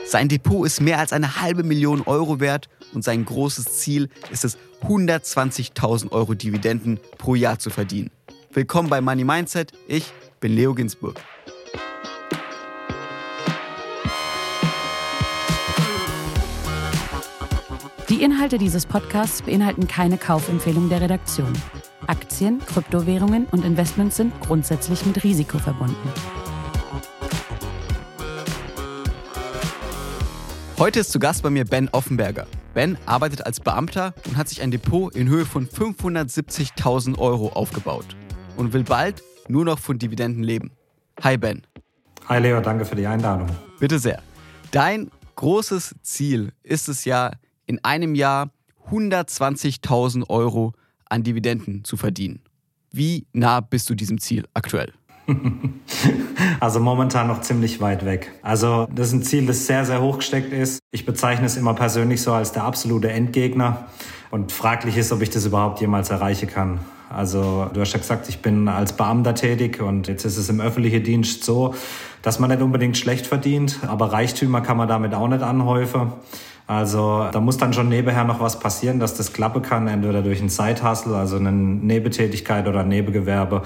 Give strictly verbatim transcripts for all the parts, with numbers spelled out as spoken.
Sein Depot ist mehr als eine halbe Million Euro wert und sein großes Ziel ist es, hundertzwanzigtausend Euro Dividenden pro Jahr zu verdienen. Willkommen bei Money Mindset, ich bin Leo Ginsburg. Die Inhalte dieses Podcasts beinhalten keine Kaufempfehlung der Redaktion. Aktien, Kryptowährungen und Investments sind grundsätzlich mit Risiko verbunden. Heute ist zu Gast bei mir Ben Offenberger. Ben arbeitet als Beamter und hat sich ein Depot in Höhe von fünfhundertsiebzigtausend Euro aufgebaut und will bald nur noch von Dividenden leben. Hi Ben. Hi Leo, danke für die Einladung. Bitte sehr. Dein großes Ziel ist es ja, in einem Jahr hundertzwanzigtausend Euro an Dividenden zu verdienen. Wie nah bist du diesem Ziel aktuell? Also momentan noch ziemlich weit weg. Also das ist ein Ziel, das sehr, sehr hoch gesteckt ist. Ich bezeichne es immer persönlich so als der absolute Endgegner. Und fraglich ist, ob ich das überhaupt jemals erreichen kann. Also du hast ja gesagt, ich bin als Beamter tätig und jetzt ist es im öffentlichen Dienst so, dass man nicht unbedingt schlecht verdient, aber Reichtümer kann man damit auch nicht anhäufen. Also da muss dann schon nebenher noch was passieren, dass das klappen kann, entweder durch einen Side-Hustle, also eine Nebentätigkeit oder ein Nebengewerbe.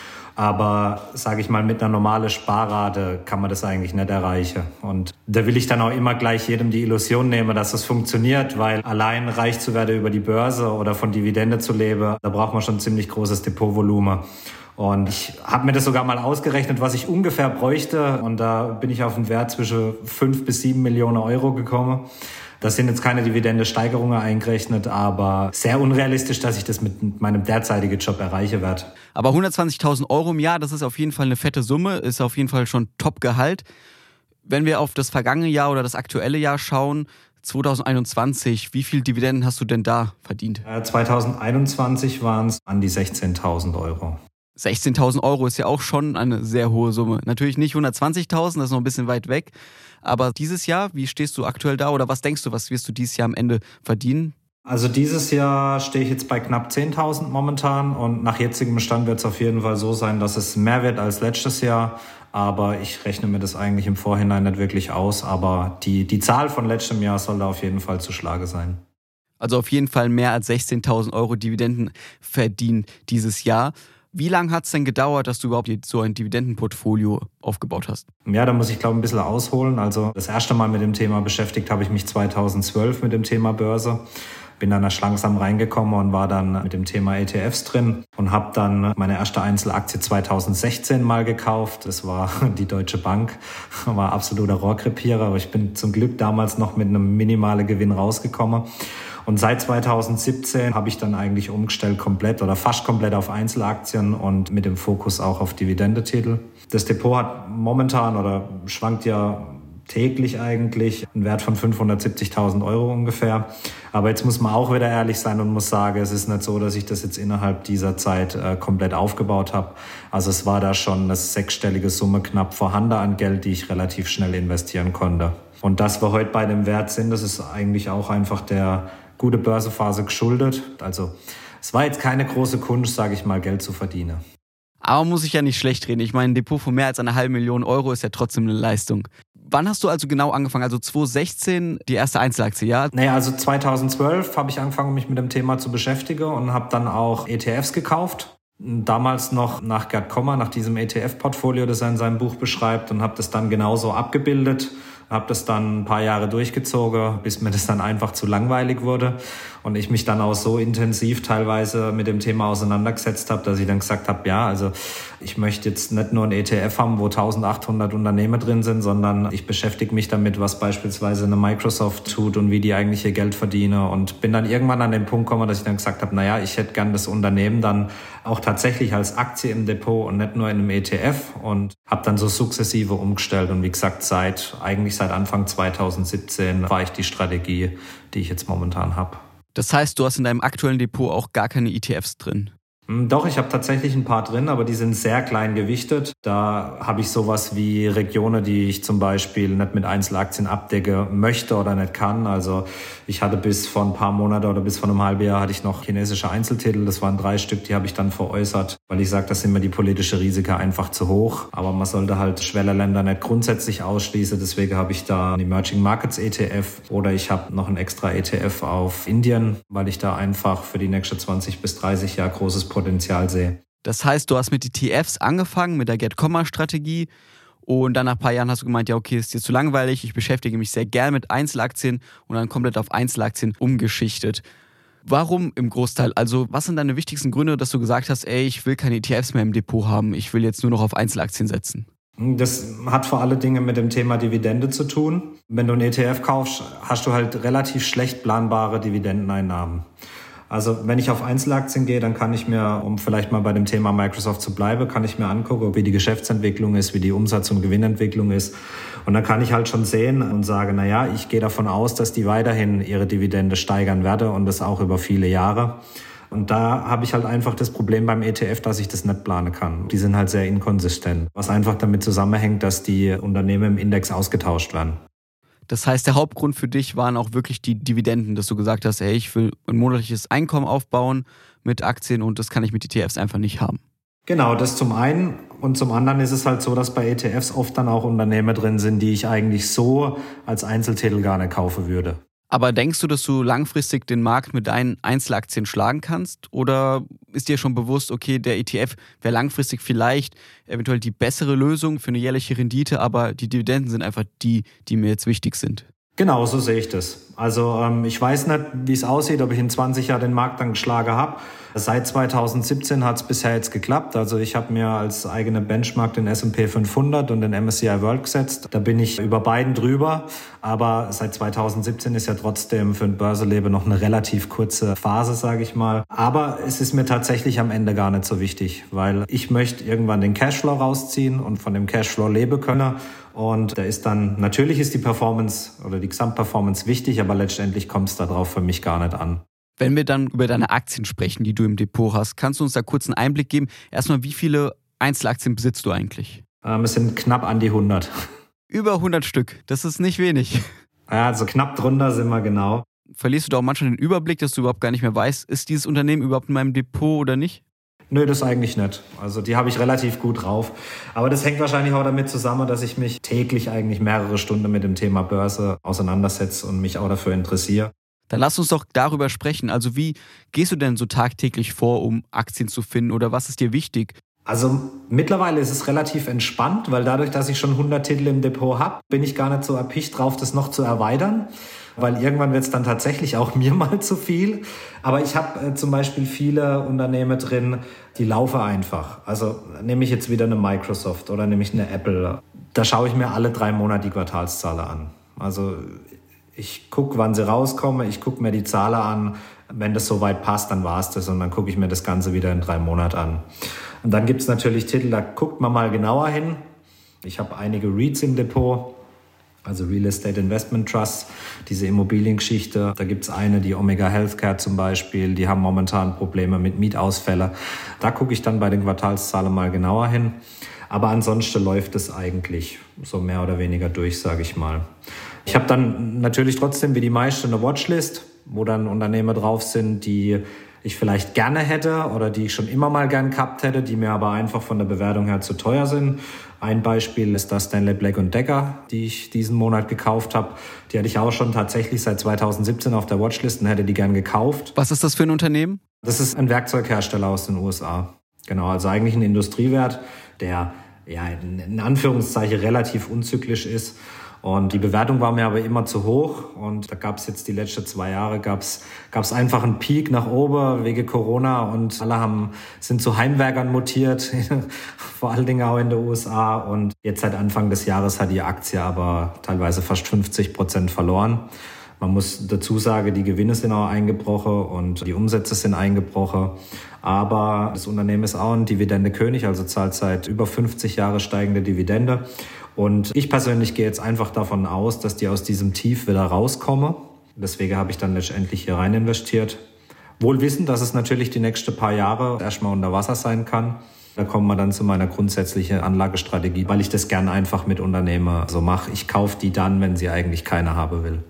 Aber, sage ich mal, mit einer normalen Sparrate kann man das eigentlich nicht erreichen. Und da will ich dann auch immer gleich jedem die Illusion nehmen, dass das funktioniert, weil allein reich zu werden über die Börse oder von Dividende zu leben, da braucht man schon ein ziemlich großes Depotvolumen. Und ich habe mir das sogar mal ausgerechnet, was ich ungefähr bräuchte. Und da bin ich auf einen Wert zwischen fünf bis sieben Millionen Euro gekommen. Das sind jetzt keine Dividende-Steigerungen eingerechnet, aber sehr unrealistisch, dass ich das mit meinem derzeitigen Job erreichen werde. Aber hundertzwanzigtausend Euro im Jahr, das ist auf jeden Fall eine fette Summe, ist auf jeden Fall schon Top-Gehalt. Wenn wir auf das vergangene Jahr oder das aktuelle Jahr schauen, zwanzig einundzwanzig, wie viel Dividenden hast du denn da verdient? zwanzig einundzwanzig waren es an die sechzehntausend Euro. sechzehntausend Euro ist ja auch schon eine sehr hohe Summe. Natürlich nicht hundertzwanzigtausend, das ist noch ein bisschen weit weg. Aber dieses Jahr, wie stehst du aktuell da oder was denkst du, was wirst du dieses Jahr am Ende verdienen? Also dieses Jahr stehe ich jetzt bei knapp zehntausend momentan und nach jetzigem Stand wird es auf jeden Fall so sein, dass es mehr wird als letztes Jahr. Aber ich rechne mir das eigentlich im Vorhinein nicht wirklich aus. Aber die, die Zahl von letztem Jahr soll da auf jeden Fall zu Schlage sein. Also auf jeden Fall mehr als sechzehntausend Euro Dividenden verdient dieses Jahr. Wie lange hat es denn gedauert, dass du überhaupt so ein Dividendenportfolio aufgebaut hast? Ja, da muss ich, glaube ich, ein bisschen ausholen. Also das erste Mal mit dem Thema beschäftigt habe ich mich zweitausendzwölf mit dem Thema Börse. Bin dann erst langsam reingekommen und war dann mit dem Thema E T Fs drin und habe dann meine erste Einzelaktie zweitausendsechzehn mal gekauft. Das war die Deutsche Bank, war absoluter Rohrkrepierer, aber ich bin zum Glück damals noch mit einem minimalen Gewinn rausgekommen. Und seit zweitausendsiebzehn habe ich dann eigentlich umgestellt komplett oder fast komplett auf Einzelaktien und mit dem Fokus auch auf Dividendetitel. Das Depot hat momentan oder schwankt ja täglich eigentlich einen Wert von fünfhundertsiebzigtausend Euro ungefähr. Aber jetzt muss man auch wieder ehrlich sein und muss sagen, es ist nicht so, dass ich das jetzt innerhalb dieser Zeit äh, komplett aufgebaut habe. Also es war da schon eine sechsstellige Summe knapp vorhanden an Geld, die ich relativ schnell investieren konnte. Und dass wir heute bei dem Wert sind, das ist eigentlich auch einfach der gute Börsephase geschuldet. Also es war jetzt keine große Kunst, sage ich mal, Geld zu verdienen. Aber muss ich ja nicht schlecht reden. Ich meine, ein Depot von mehr als einer halben Million Euro ist ja trotzdem eine Leistung. Wann hast du also genau angefangen? Also zweitausendsechzehn die erste Einzelaktie, ja? Naja, also zweitausendzwölf habe ich angefangen, mich mit dem Thema zu beschäftigen und habe dann auch E T Fs gekauft. Damals noch nach Gerd Kommer, nach diesem E T F-Portfolio, das er in seinem Buch beschreibt, und habe das dann genauso abgebildet. Habe das dann ein paar Jahre durchgezogen, bis mir das dann einfach zu langweilig wurde und ich mich dann auch so intensiv teilweise mit dem Thema auseinandergesetzt habe, dass ich dann gesagt habe, ja, also ich möchte jetzt nicht nur ein E T F haben, wo eintausendachthundert Unternehmen drin sind, sondern ich beschäftige mich damit, was beispielsweise eine Microsoft tut und wie die eigentlich ihr Geld verdienen, und bin dann irgendwann an den Punkt gekommen, dass ich dann gesagt habe, naja, ich hätte gern das Unternehmen dann auch tatsächlich als Aktie im Depot und nicht nur in einem E T F, und habe dann so sukzessive umgestellt und wie gesagt, seit eigentlich seit Anfang zweitausendsiebzehn war ich die Strategie, die ich jetzt momentan habe. Das heißt, du hast in deinem aktuellen Depot auch gar keine E T Fs drin? Doch, ich habe tatsächlich ein paar drin, aber die sind sehr klein gewichtet. Da habe ich sowas wie Regionen, die ich zum Beispiel nicht mit Einzelaktien abdecke möchte oder nicht kann. Also ich hatte bis vor ein paar Monaten oder bis vor einem halben Jahr hatte ich noch chinesische Einzeltitel. Das waren drei Stück, die habe ich dann veräußert. weil ich sage, da sind mir die politischen Risiken einfach zu hoch. Aber man sollte halt Schwellenländer nicht grundsätzlich ausschließen. Deswegen habe ich da einen Emerging Markets E T F oder ich habe noch einen extra E T F auf Indien, weil ich da einfach für die nächsten zwanzig bis dreißig Jahre großes Potenzial sehe. Das heißt, du hast mit E T Fs angefangen, mit der Get-Komma-Strategie und dann nach ein paar Jahren hast du gemeint, ja okay, ist dir zu langweilig, ich beschäftige mich sehr gern mit Einzelaktien und dann komplett auf Einzelaktien umgeschichtet. Warum im Großteil? Also was sind deine wichtigsten Gründe, dass du gesagt hast, ey, ich will keine E T Fs mehr im Depot haben, ich will jetzt nur noch auf Einzelaktien setzen? Das hat vor allen Dingen mit dem Thema Dividende zu tun. Wenn du einen E T F kaufst, hast du halt relativ schlecht planbare Dividendeneinnahmen. Also wenn ich auf Einzelaktien gehe, dann kann ich mir, um vielleicht mal bei dem Thema Microsoft zu bleiben, kann ich mir angucken, wie die Geschäftsentwicklung ist, wie die Umsatz- und Gewinnentwicklung ist. Und dann kann ich halt schon sehen und sagen, na ja, ich gehe davon aus, dass die weiterhin ihre Dividende steigern werde und das auch über viele Jahre. Und da habe ich halt einfach das Problem beim E T F, dass ich das nicht planen kann. Die sind halt sehr inkonsistent, was einfach damit zusammenhängt, dass die Unternehmen im Index ausgetauscht werden. Das heißt, der Hauptgrund für dich waren auch wirklich die Dividenden, dass du gesagt hast, ey, ich will ein monatliches Einkommen aufbauen mit Aktien und das kann ich mit E T Fs einfach nicht haben. Genau, das zum einen. Und zum anderen ist es halt so, dass bei E T Fs oft dann auch Unternehmen drin sind, die ich eigentlich so als Einzeltitel gar nicht kaufen würde. Aber denkst du, dass du langfristig den Markt mit deinen Einzelaktien schlagen kannst? Oder ist dir schon bewusst, okay, der E T F wäre langfristig vielleicht eventuell die bessere Lösung für eine jährliche Rendite, aber die Dividenden sind einfach die, die mir jetzt wichtig sind? Genau, so sehe ich das. Also ähm, ich weiß nicht, wie es aussieht, ob ich in zwanzig Jahren den Markt dann geschlagen habe. Seit zweitausendsiebzehn hat es bisher jetzt geklappt. Also ich habe mir als eigene Benchmark den S und P fünfhundert und den M S C I World gesetzt. Da bin ich über beiden drüber. Aber seit zweitausendsiebzehn ist ja trotzdem für ein Börseleben noch eine relativ kurze Phase, sage ich mal. Aber es ist mir tatsächlich am Ende gar nicht so wichtig, weil ich möchte irgendwann den Cashflow rausziehen und von dem Cashflow leben können. Und da ist dann, natürlich ist die Performance oder die Gesamtperformance wichtig, aber letztendlich kommt es darauf für mich gar nicht an. Wenn wir dann über deine Aktien sprechen, die du im Depot hast, kannst du uns da kurz einen Einblick geben? Erstmal, wie viele Einzelaktien besitzt du eigentlich? Ähm, es sind knapp an die hundert. Über hundert Stück, das ist nicht wenig. Ja, also knapp drunter sind wir genau. Verlierst du da auch manchmal den Überblick, dass du überhaupt gar nicht mehr weißt, ist dieses Unternehmen überhaupt in meinem Depot oder nicht? Nö, das eigentlich nicht. Also die habe ich relativ gut drauf. Aber das hängt wahrscheinlich auch damit zusammen, dass ich mich täglich eigentlich mehrere Stunden mit dem Thema Börse auseinandersetze und mich auch dafür interessiere. Dann lass uns doch darüber sprechen. Also wie gehst du denn so tagtäglich vor, um Aktien zu finden oder was ist dir wichtig? Also mittlerweile ist es relativ entspannt, weil dadurch, dass ich schon hundert Titel im Depot habe, bin ich gar nicht so erpicht drauf, das noch zu erweitern. Weil irgendwann wird es dann tatsächlich auch mir mal zu viel. Aber ich habe äh, zum Beispiel viele Unternehmen drin, die laufen einfach. Also nehme ich jetzt wieder eine Microsoft oder nehme ich eine Apple. Da schaue ich mir alle drei Monate die Quartalszahlen an. Also ich gucke, wann sie rauskommen, ich gucke mir die Zahlen an. Wenn das soweit passt, dann war es das und dann gucke ich mir das Ganze wieder in drei Monaten an. Und dann gibt es natürlich Titel, da guckt man mal genauer hin. Ich habe einige REITs im Depot. Also Real Estate Investment Trust, diese Immobiliengeschichte. Da gibt's eine, die Omega Healthcare zum Beispiel, die haben momentan Probleme mit Mietausfällen. Da gucke ich dann bei den Quartalszahlen mal genauer hin. Aber ansonsten läuft es eigentlich so mehr oder weniger durch, sage ich mal. Ich habe dann natürlich trotzdem wie die meisten eine Watchlist, wo dann Unternehmen drauf sind, die ich vielleicht gerne hätte oder die ich schon immer mal gern gehabt hätte, die mir aber einfach von der Bewertung her zu teuer sind. Ein Beispiel ist das Stanley Black und Decker, die ich diesen Monat gekauft habe. Die hatte ich auch schon tatsächlich seit zweitausendsiebzehn auf der Watchlist und hätte die gern gekauft. Was ist das für ein Unternehmen? Das ist ein Werkzeughersteller aus den U S A. Genau, also eigentlich ein Industriewert, der ja in Anführungszeichen relativ unzyklisch ist. Und die Bewertung war mir aber immer zu hoch und da gab es jetzt die letzten zwei Jahre gab es einfach einen Peak nach oben wegen Corona und alle haben sind zu Heimwerkern mutiert, vor allen Dingen auch in den U S A. Und jetzt seit Anfang des Jahres hat die Aktie aber teilweise fast fünfzig Prozent verloren. Man muss dazu sagen, die Gewinne sind auch eingebrochen und die Umsätze sind eingebrochen. Aber das Unternehmen ist auch ein Dividendekönig, also zahlt seit über fünfzig Jahren steigende Dividende. Und ich persönlich gehe jetzt einfach davon aus, dass die aus diesem Tief wieder rauskommen. Deswegen habe ich dann letztendlich hier rein investiert. Wohl wissend, dass es natürlich die nächsten paar Jahre erstmal unter Wasser sein kann. Da kommen wir dann zu meiner grundsätzlichen Anlagestrategie, weil ich das gern einfach mit Unternehmen so mache. Ich kaufe die dann, wenn sie eigentlich keiner haben will.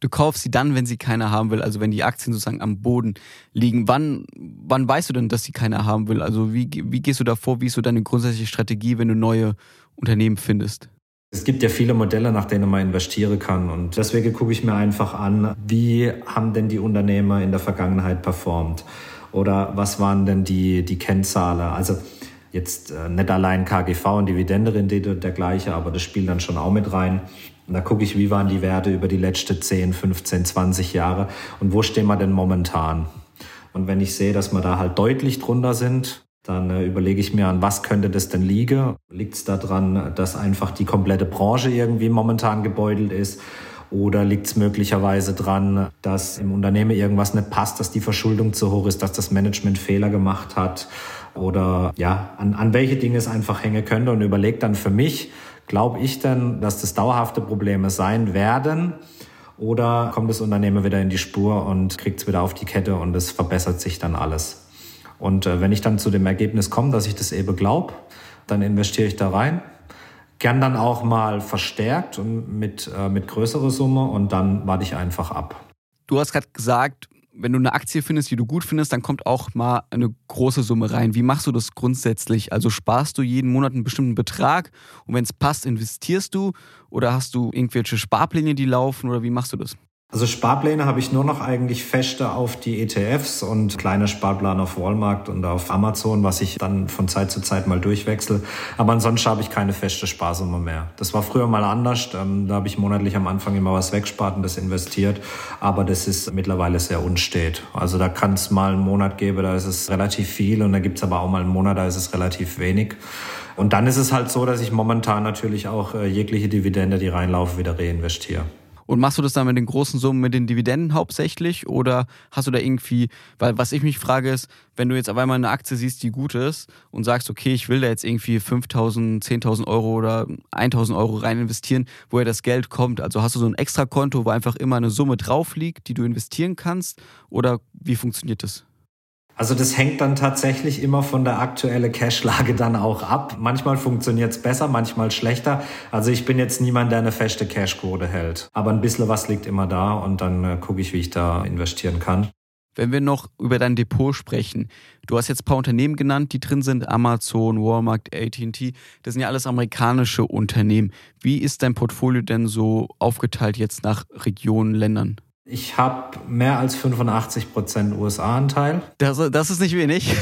du kaufst sie dann, wenn sie keiner haben will, also wenn die Aktien sozusagen am Boden liegen. Wann, wann weißt du denn, dass sie keiner haben will? Also wie, wie gehst du da vor? Wie ist so deine grundsätzliche Strategie, wenn du neue Unternehmen findest? Es gibt ja viele Modelle, nach denen man investieren kann. Und deswegen gucke ich mir einfach an, wie haben denn die Unternehmer in der Vergangenheit performt? Oder was waren denn die, die Kennzahlen? Also jetzt äh, nicht allein K G V und Dividendenrendite und dergleichen, aber das spielt dann schon auch mit rein. Und da gucke ich, wie waren die Werte über die letzten zehn, fünfzehn, zwanzig Jahre und wo stehen wir denn momentan? Und wenn ich sehe, dass wir da halt deutlich drunter sind, dann äh, überlege ich mir, an was könnte das denn liegen? Liegt es daran, dass einfach die komplette Branche irgendwie momentan gebeutelt ist? Oder liegt es möglicherweise dran, dass im Unternehmen irgendwas nicht passt, dass die Verschuldung zu hoch ist, dass das Management Fehler gemacht hat? Oder ja, an, an welche Dinge es einfach hängen könnte? Und überlege dann für mich, glaube ich denn, dass das dauerhafte Probleme sein werden? Oder kommt das Unternehmen wieder in die Spur und kriegt es wieder auf die Kette und es verbessert sich dann alles? Und äh, wenn ich dann zu dem Ergebnis komme, dass ich das eben glaube, dann investiere ich da rein. Gern dann auch mal verstärkt und mit, äh, mit größerer Summe und dann warte ich einfach ab. Du hast gerade gesagt, wenn du eine Aktie findest, die du gut findest, dann kommt auch mal eine große Summe rein. Wie machst du das grundsätzlich? Also sparst du jeden Monat einen bestimmten Betrag und wenn es passt, investierst du oder hast du irgendwelche Sparpläne, die laufen oder wie machst du das? Also Sparpläne habe ich nur noch eigentlich feste auf die E T Fs und kleine Sparpläne auf Walmart und auf Amazon, was ich dann von Zeit zu Zeit mal durchwechsle. Aber ansonsten habe ich keine feste Sparsumme mehr. Das war früher mal anders. Da habe ich monatlich am Anfang immer was weggespart und das investiert. Aber das ist mittlerweile sehr unstet. Also da kann es mal einen Monat geben, da ist es relativ viel und da gibt es aber auch mal einen Monat, da ist es relativ wenig. Und dann ist es halt so, dass ich momentan natürlich auch jegliche Dividende, die reinlaufen, wieder reinvestiere. Und machst du das dann mit den großen Summen, mit den Dividenden hauptsächlich oder hast du da irgendwie, weil was ich mich frage ist, wenn du jetzt auf einmal eine Aktie siehst, die gut ist und sagst, okay, ich will da jetzt irgendwie fünftausend, zehntausend Euro oder eintausend Euro rein investieren, woher das Geld kommt. Also hast du so ein Extrakonto, wo einfach immer eine Summe drauf liegt, die du investieren kannst oder wie funktioniert das? Also das hängt dann tatsächlich immer von der aktuellen Cashlage dann auch ab. Manchmal funktioniert es besser, manchmal schlechter. Also ich bin jetzt niemand, der eine feste Cashquote hält. Aber ein bisschen was liegt immer da und dann äh, gucke ich, wie ich da investieren kann. Wenn wir noch über dein Depot sprechen, du hast jetzt ein paar Unternehmen genannt, die drin sind, Amazon, Walmart, A T and T, das sind ja alles amerikanische Unternehmen. Wie ist dein Portfolio denn so aufgeteilt jetzt nach Regionen, Ländern? Ich habe mehr als fünfundachtzig Prozent U S A-Anteil. Das, das ist nicht wenig.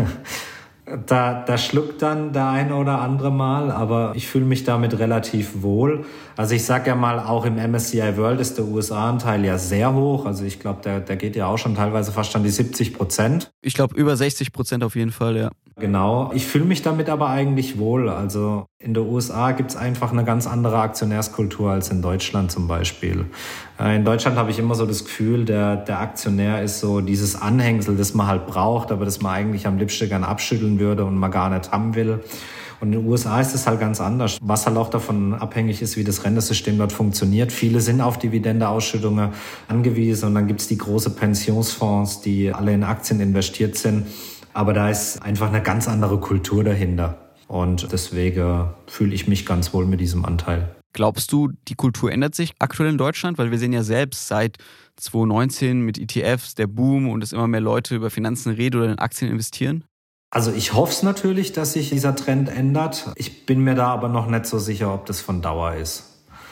Da, da schluckt dann der eine oder andere mal, aber ich fühle mich damit relativ wohl. Also ich sage ja mal, auch im M S C I World ist der U S A-Anteil ja sehr hoch. Also ich glaube, der, der geht ja auch schon teilweise fast an die siebzig Prozent. Ich glaube, über sechzig Prozent auf jeden Fall, ja. Genau. Ich fühle mich damit aber eigentlich wohl. Also in der U S A gibt es einfach eine ganz andere Aktionärskultur als in Deutschland zum Beispiel. In Deutschland habe ich immer so das Gefühl, der, der Aktionär ist so dieses Anhängsel, das man halt braucht, aber das man eigentlich am liebsten gern abschütteln würde und man gar nicht haben will. Und in den U S A ist es halt ganz anders, was halt auch davon abhängig ist, wie das Rentensystem dort funktioniert. Viele sind auf Dividendeausschüttungen angewiesen und dann gibt es die große Pensionsfonds, die alle in Aktien investiert sind. Aber da ist einfach eine ganz andere Kultur dahinter. Und deswegen fühle ich mich ganz wohl mit diesem Anteil. Glaubst du, die Kultur ändert sich aktuell in Deutschland? Weil wir sehen ja selbst seit zwanzig neunzehn mit E T Fs der Boom und dass immer mehr Leute über Finanzen reden oder in Aktien investieren. Also ich hoffe es natürlich, dass sich dieser Trend ändert. Ich bin mir da aber noch nicht so sicher, ob das von Dauer ist.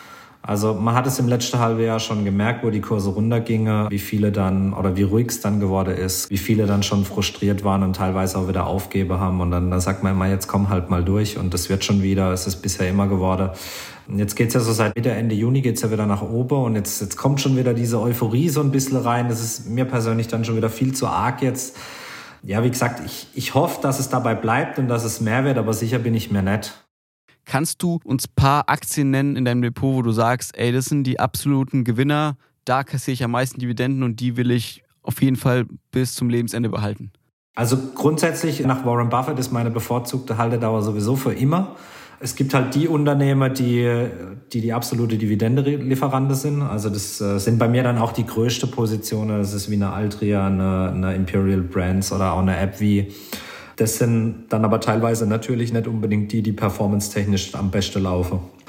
Also man hat es im letzten halben Jahr schon gemerkt, wo die Kurse runtergingen, wie viele dann oder wie ruhig es dann geworden ist, wie viele dann schon frustriert waren und teilweise auch wieder aufgeben haben. Und dann, dann sagt man immer, jetzt komm halt mal durch und das wird schon wieder, es ist bisher immer geworden. Und jetzt geht's ja so seit Mitte, Ende Juni geht's ja wieder nach oben und jetzt, jetzt kommt schon wieder diese Euphorie so ein bisschen rein. Das ist mir persönlich dann schon wieder viel zu arg jetzt. Ja, wie gesagt, ich, ich hoffe, dass es dabei bleibt und dass es mehr wird, aber sicher bin ich mir nicht. Kannst du uns ein paar Aktien nennen in deinem Depot, wo du sagst, ey, das sind die absoluten Gewinner, da kassiere ich am meisten Dividenden und die will ich auf jeden Fall bis zum Lebensende behalten? Also grundsätzlich nach Warren Buffett ist meine bevorzugte Haltedauer sowieso für immer. Es gibt halt die Unternehmer, die die, die absolute Dividendelieferanten sind. Also das äh, sind bei mir dann auch die größte Positionen. Das ist wie eine Altria, eine, eine Imperial Brands oder auch eine AbbVie. Das sind dann aber teilweise natürlich nicht unbedingt die, die performance-technisch am besten laufen.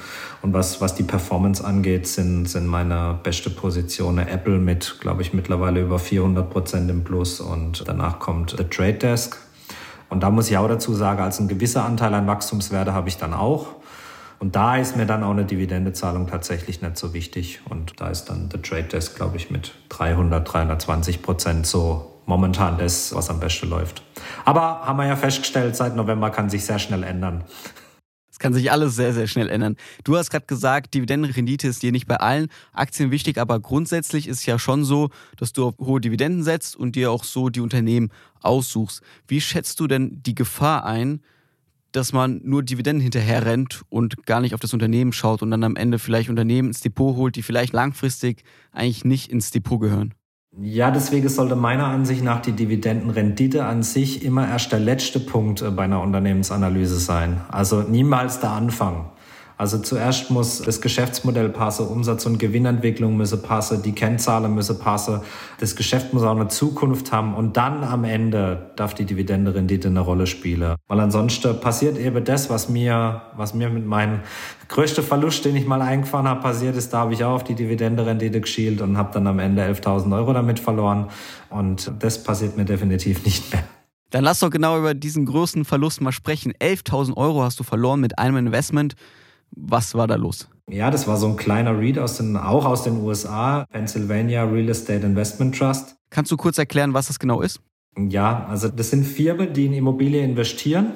Und was, was die Performance angeht, sind, sind meine beste Positionen Apple mit, glaube ich, mittlerweile über vierhundert Prozent im Plus und danach kommt The Trade Desk. Und da muss ich auch dazu sagen, als ein gewisser Anteil an Wachstumswerte habe ich dann auch. Und da ist mir dann auch eine Dividendezahlung tatsächlich nicht so wichtig. Und da ist dann The Trade Desk, glaube ich, mit dreihundert, dreihundertzwanzig Prozent so momentan das, was am besten läuft. Aber haben wir ja festgestellt, seit November kann sich sehr schnell ändern. Es kann sich alles sehr, sehr schnell ändern. Du hast gerade gesagt, Dividendenrendite ist dir nicht bei allen Aktien wichtig, aber grundsätzlich ist es ja schon so, dass du auf hohe Dividenden setzt und dir auch so die Unternehmen aussuchst. Wie schätzt du denn die Gefahr ein, dass man nur Dividenden hinterher rennt und gar nicht auf das Unternehmen schaut und dann am Ende vielleicht Unternehmen ins Depot holt, die vielleicht langfristig eigentlich nicht ins Depot gehören? Ja, deswegen sollte meiner Ansicht nach die Dividendenrendite an sich immer erst der letzte Punkt bei einer Unternehmensanalyse sein. Also niemals der Anfang. Also zuerst muss das Geschäftsmodell passen, Umsatz- und Gewinnentwicklung müsse passen, die Kennzahlen müsse passen, das Geschäft muss auch eine Zukunft haben und dann am Ende darf die Dividendenrendite eine Rolle spielen. Weil ansonsten passiert eben das, was mir, was mir mit meinem größten Verlust, den ich mal eingefahren habe, passiert ist. Da habe ich auch auf die Dividendenrendite geschielt und habe dann am Ende elftausend Euro damit verloren und das passiert mir definitiv nicht mehr. Dann lass doch genau über diesen größten Verlust mal sprechen. elftausend Euro hast du verloren mit einem Investment. Was war da los? Ja, das war so ein kleiner Read aus den, auch aus den U S A, Pennsylvania Real Estate Investment Trust. Kannst du kurz erklären, was das genau ist? Ja, also das sind Firmen, die in Immobilien investieren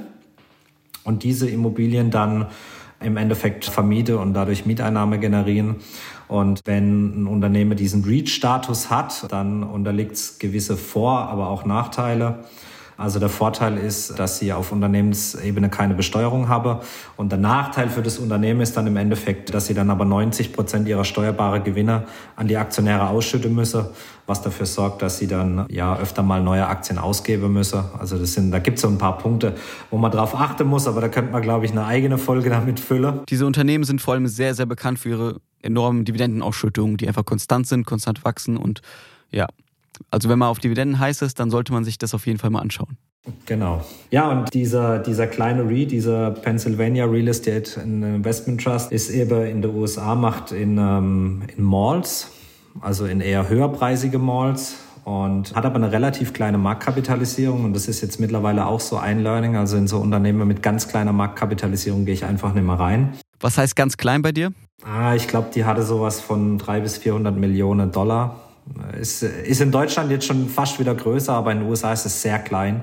und diese Immobilien dann im Endeffekt vermieten und dadurch Mieteinnahme generieren. Und wenn ein Unternehmen diesen REIT-Status hat, dann unterliegt es gewisse Vor-, aber auch Nachteile. Also der Vorteil ist, dass sie auf Unternehmensebene keine Besteuerung haben. Und der Nachteil für das Unternehmen ist dann im Endeffekt, dass sie dann aber neunzig Prozent ihrer steuerbaren Gewinne an die Aktionäre ausschütten müssen, was dafür sorgt, dass sie dann ja öfter mal neue Aktien ausgeben müssen. Also das sind, da gibt es so ein paar Punkte, wo man drauf achten muss, aber da könnte man, glaube ich, eine eigene Folge damit füllen. Diese Unternehmen sind vor allem sehr, sehr bekannt für ihre enormen Dividendenausschüttungen, die einfach konstant sind, konstant wachsen und ja. Also wenn man auf Dividenden heiß ist, dann sollte man sich das auf jeden Fall mal anschauen. Genau. Ja, und dieser, dieser kleine REIT, dieser Pennsylvania Real Estate Investment Trust, ist eben in den U S A, macht in, ähm, in Malls, also in eher höherpreisige Malls und hat aber eine relativ kleine Marktkapitalisierung und das ist jetzt mittlerweile auch so ein Learning. Also in so Unternehmen mit ganz kleiner Marktkapitalisierung gehe ich einfach nicht mehr rein. Was heißt ganz klein bei dir? Ah, ich glaube, die hatte sowas von dreihundert bis vierhundert Millionen Dollar. Ist, ist in Deutschland jetzt schon fast wieder größer, aber in den U S A ist es sehr klein.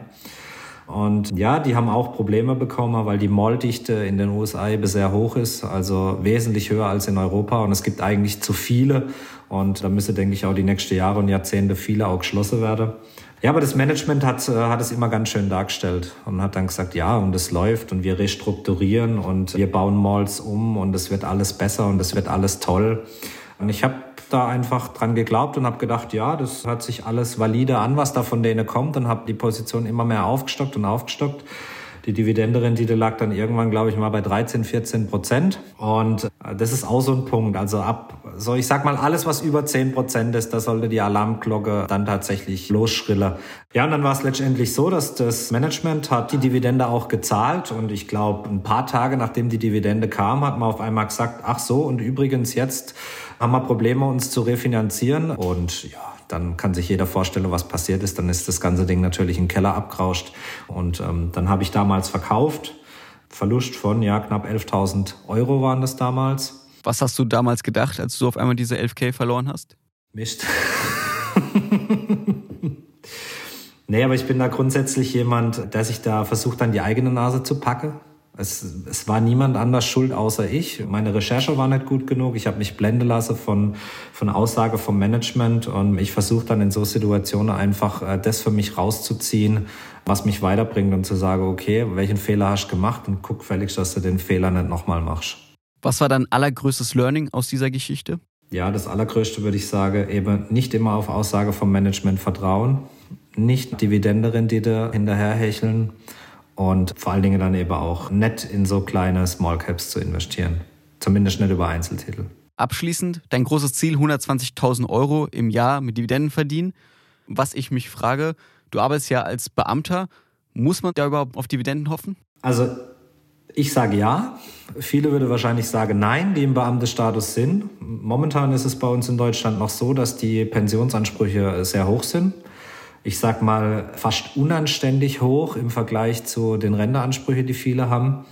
Und ja, die haben auch Probleme bekommen, weil die Malldichte in den U S A eben sehr hoch ist, also wesentlich höher als in Europa. Und es gibt eigentlich zu viele. Und da müsste, denke ich, auch die nächsten Jahre und Jahrzehnte viele auch geschlossen werden. Ja, aber das Management hat, hat es immer ganz schön dargestellt und hat dann gesagt, ja, und es läuft und wir restrukturieren und wir bauen Malls um und es wird alles besser und es wird alles toll. Und ich habe da einfach dran geglaubt und habe gedacht, ja, das hört sich alles valide an, was da von denen kommt und habe die Position immer mehr aufgestockt und aufgestockt. Die Dividendenrendite lag dann irgendwann, glaube ich, mal bei dreizehn, vierzehn Prozent. Und das ist auch so ein Punkt. Also ab, so ich sag mal, alles, was über zehn Prozent ist, da sollte die Alarmglocke dann tatsächlich losschrillen. Ja, und dann war es letztendlich so, dass das Management hat die Dividende auch gezahlt. Und ich glaube, ein paar Tage nachdem die Dividende kam, hat man auf einmal gesagt, ach so, und übrigens jetzt haben wir Probleme, uns zu refinanzieren. Und ja, dann kann sich jeder vorstellen, was passiert ist. Dann ist das ganze Ding natürlich in den Keller abgerauscht. Und ähm, dann habe ich damals verkauft. Verlust von, ja, knapp elftausend Euro waren das damals. Was hast du damals gedacht, als du auf einmal diese elf K verloren hast? Mist. Nee, aber ich bin da grundsätzlich jemand, der sich da versucht, an die eigene Nase zu packen. Es, es war niemand anders schuld außer ich. Meine Recherche war nicht gut genug. Ich habe mich blenden lassen von, von Aussage vom Management und ich versuche dann in so Situationen einfach äh, das für mich rauszuziehen, was mich weiterbringt und zu sagen, okay, welchen Fehler hast du gemacht und guck fällig, dass du den Fehler nicht nochmal machst. Was war dein allergrößtes Learning aus dieser Geschichte? Ja, das Allergrößte würde ich sagen, eben nicht immer auf Aussage vom Management vertrauen, nicht Dividendenrendite hinterherhecheln. Und vor allen Dingen dann eben auch nicht in so kleine Small Caps zu investieren. Zumindest nicht über Einzeltitel. Abschließend, dein großes Ziel, hundertzwanzigtausend Euro im Jahr mit Dividenden verdienen. Was ich mich frage, du arbeitest ja als Beamter. Muss man da überhaupt auf Dividenden hoffen? Also Ich sage ja. Viele würden wahrscheinlich sagen nein, die im Beamtenstatus sind. Momentan ist es bei uns in Deutschland noch so, dass die Pensionsansprüche sehr hoch sind. Ich sag mal fast unanständig hoch im Vergleich zu den Renteansprüchen, die viele haben.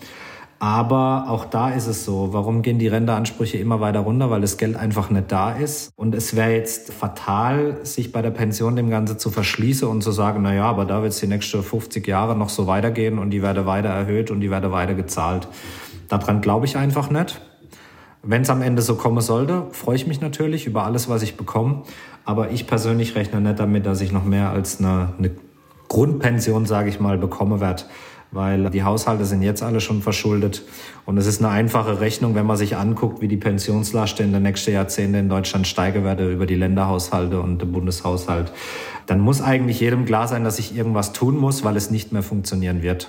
Aber auch da ist es so. Warum gehen die Renteansprüche immer weiter runter? Weil das Geld einfach nicht da ist. Und es wäre jetzt fatal, sich bei der Pension dem Ganze zu verschließen und zu sagen, na ja, aber da wird es die nächsten fünfzig Jahre noch so weitergehen und die werde weiter erhöht und die werde weiter gezahlt. Daran glaube ich einfach nicht. Wenn es am Ende so kommen sollte, freue ich mich natürlich über alles, was ich bekomme. Aber ich persönlich rechne nicht damit, dass ich noch mehr als eine, eine Grundpension, sage ich mal, bekommen werde. Weil die Haushalte sind jetzt alle schon verschuldet. Und es ist eine einfache Rechnung, wenn man sich anguckt, wie die Pensionslast in den nächsten Jahrzehnten in Deutschland steigen werde über die Länderhaushalte und den Bundeshaushalt. Dann muss eigentlich jedem klar sein, dass ich irgendwas tun muss, weil es nicht mehr funktionieren wird.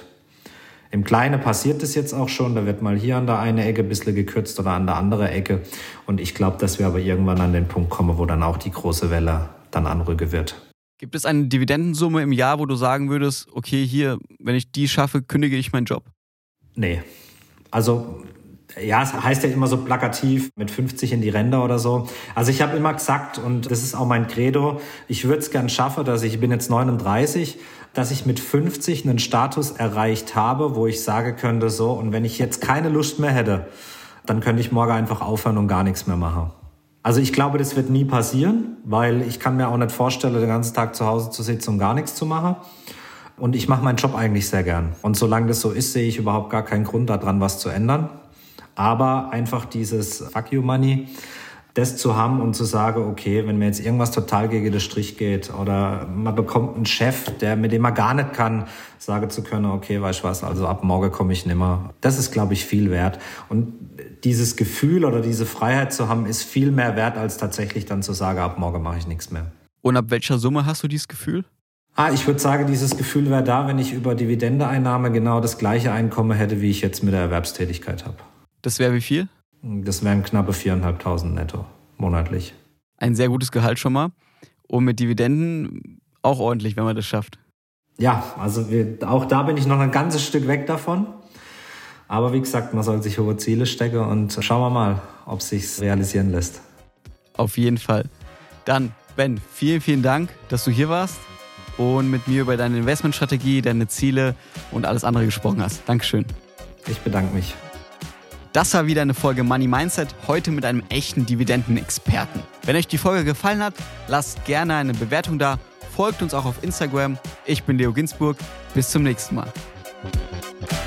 Im Kleinen passiert es jetzt auch schon. Da wird mal hier an der einen Ecke ein bisschen gekürzt oder an der anderen Ecke. Und ich glaube, dass wir aber irgendwann an den Punkt kommen, wo dann auch die große Welle dann anrücken wird. Gibt es eine Dividendensumme im Jahr, wo du sagen würdest, okay, hier, wenn ich die schaffe, kündige ich meinen Job? Nee. Also, ja, es heißt ja immer so plakativ, mit fünfzig in die Rente oder so. Also ich habe immer gesagt, und das ist auch mein Credo, ich würde es gern schaffen, dass ich, ich bin jetzt neununddreißig, dass ich mit fünfzig einen Status erreicht habe, wo ich sagen könnte, so, und wenn ich jetzt keine Lust mehr hätte, dann könnte ich morgen einfach aufhören und gar nichts mehr machen. Also ich glaube, das wird nie passieren, weil ich kann mir auch nicht vorstellen, den ganzen Tag zu Hause zu sitzen und gar nichts zu machen. Und ich mache meinen Job eigentlich sehr gern. Und solange das so ist, sehe ich überhaupt gar keinen Grund daran, was zu ändern. Aber einfach dieses Fuck you Money, das zu haben und zu sagen, okay, wenn mir jetzt irgendwas total gegen den Strich geht oder man bekommt einen Chef, der mit dem man gar nicht kann, sagen zu können, okay, weißt du was, also ab morgen komme ich nimmer. Das ist, glaube ich, viel wert. Und dieses Gefühl oder diese Freiheit zu haben, ist viel mehr wert, als tatsächlich dann zu sagen, ab morgen mache ich nichts mehr. Und ab welcher Summe hast du dieses Gefühl? Ah, ich würde sagen, dieses Gefühl wäre da, wenn ich über Dividendeeinnahme genau das gleiche Einkommen hätte, wie ich jetzt mit der Erwerbstätigkeit habe. Das wäre wie viel? Das wären knappe viertausendfünfhundert netto monatlich. Ein sehr gutes Gehalt schon mal. Und mit Dividenden auch ordentlich, wenn man das schafft. Ja, also wir, auch da bin ich noch ein ganzes Stück weg davon. Aber wie gesagt, man soll sich hohe Ziele stecken und schauen wir mal, ob es sich realisieren lässt. Auf jeden Fall. Dann, Ben, vielen, vielen Dank, dass du hier warst und mit mir über deine Investmentstrategie, deine Ziele und alles andere gesprochen hast. Dankeschön. Ich bedanke mich. Das war wieder eine Folge Money Mindset, heute mit einem echten Dividendenexperten. Wenn euch die Folge gefallen hat, lasst gerne eine Bewertung da, folgt uns auch auf Instagram. Ich bin Leo Ginsburg, bis zum nächsten Mal.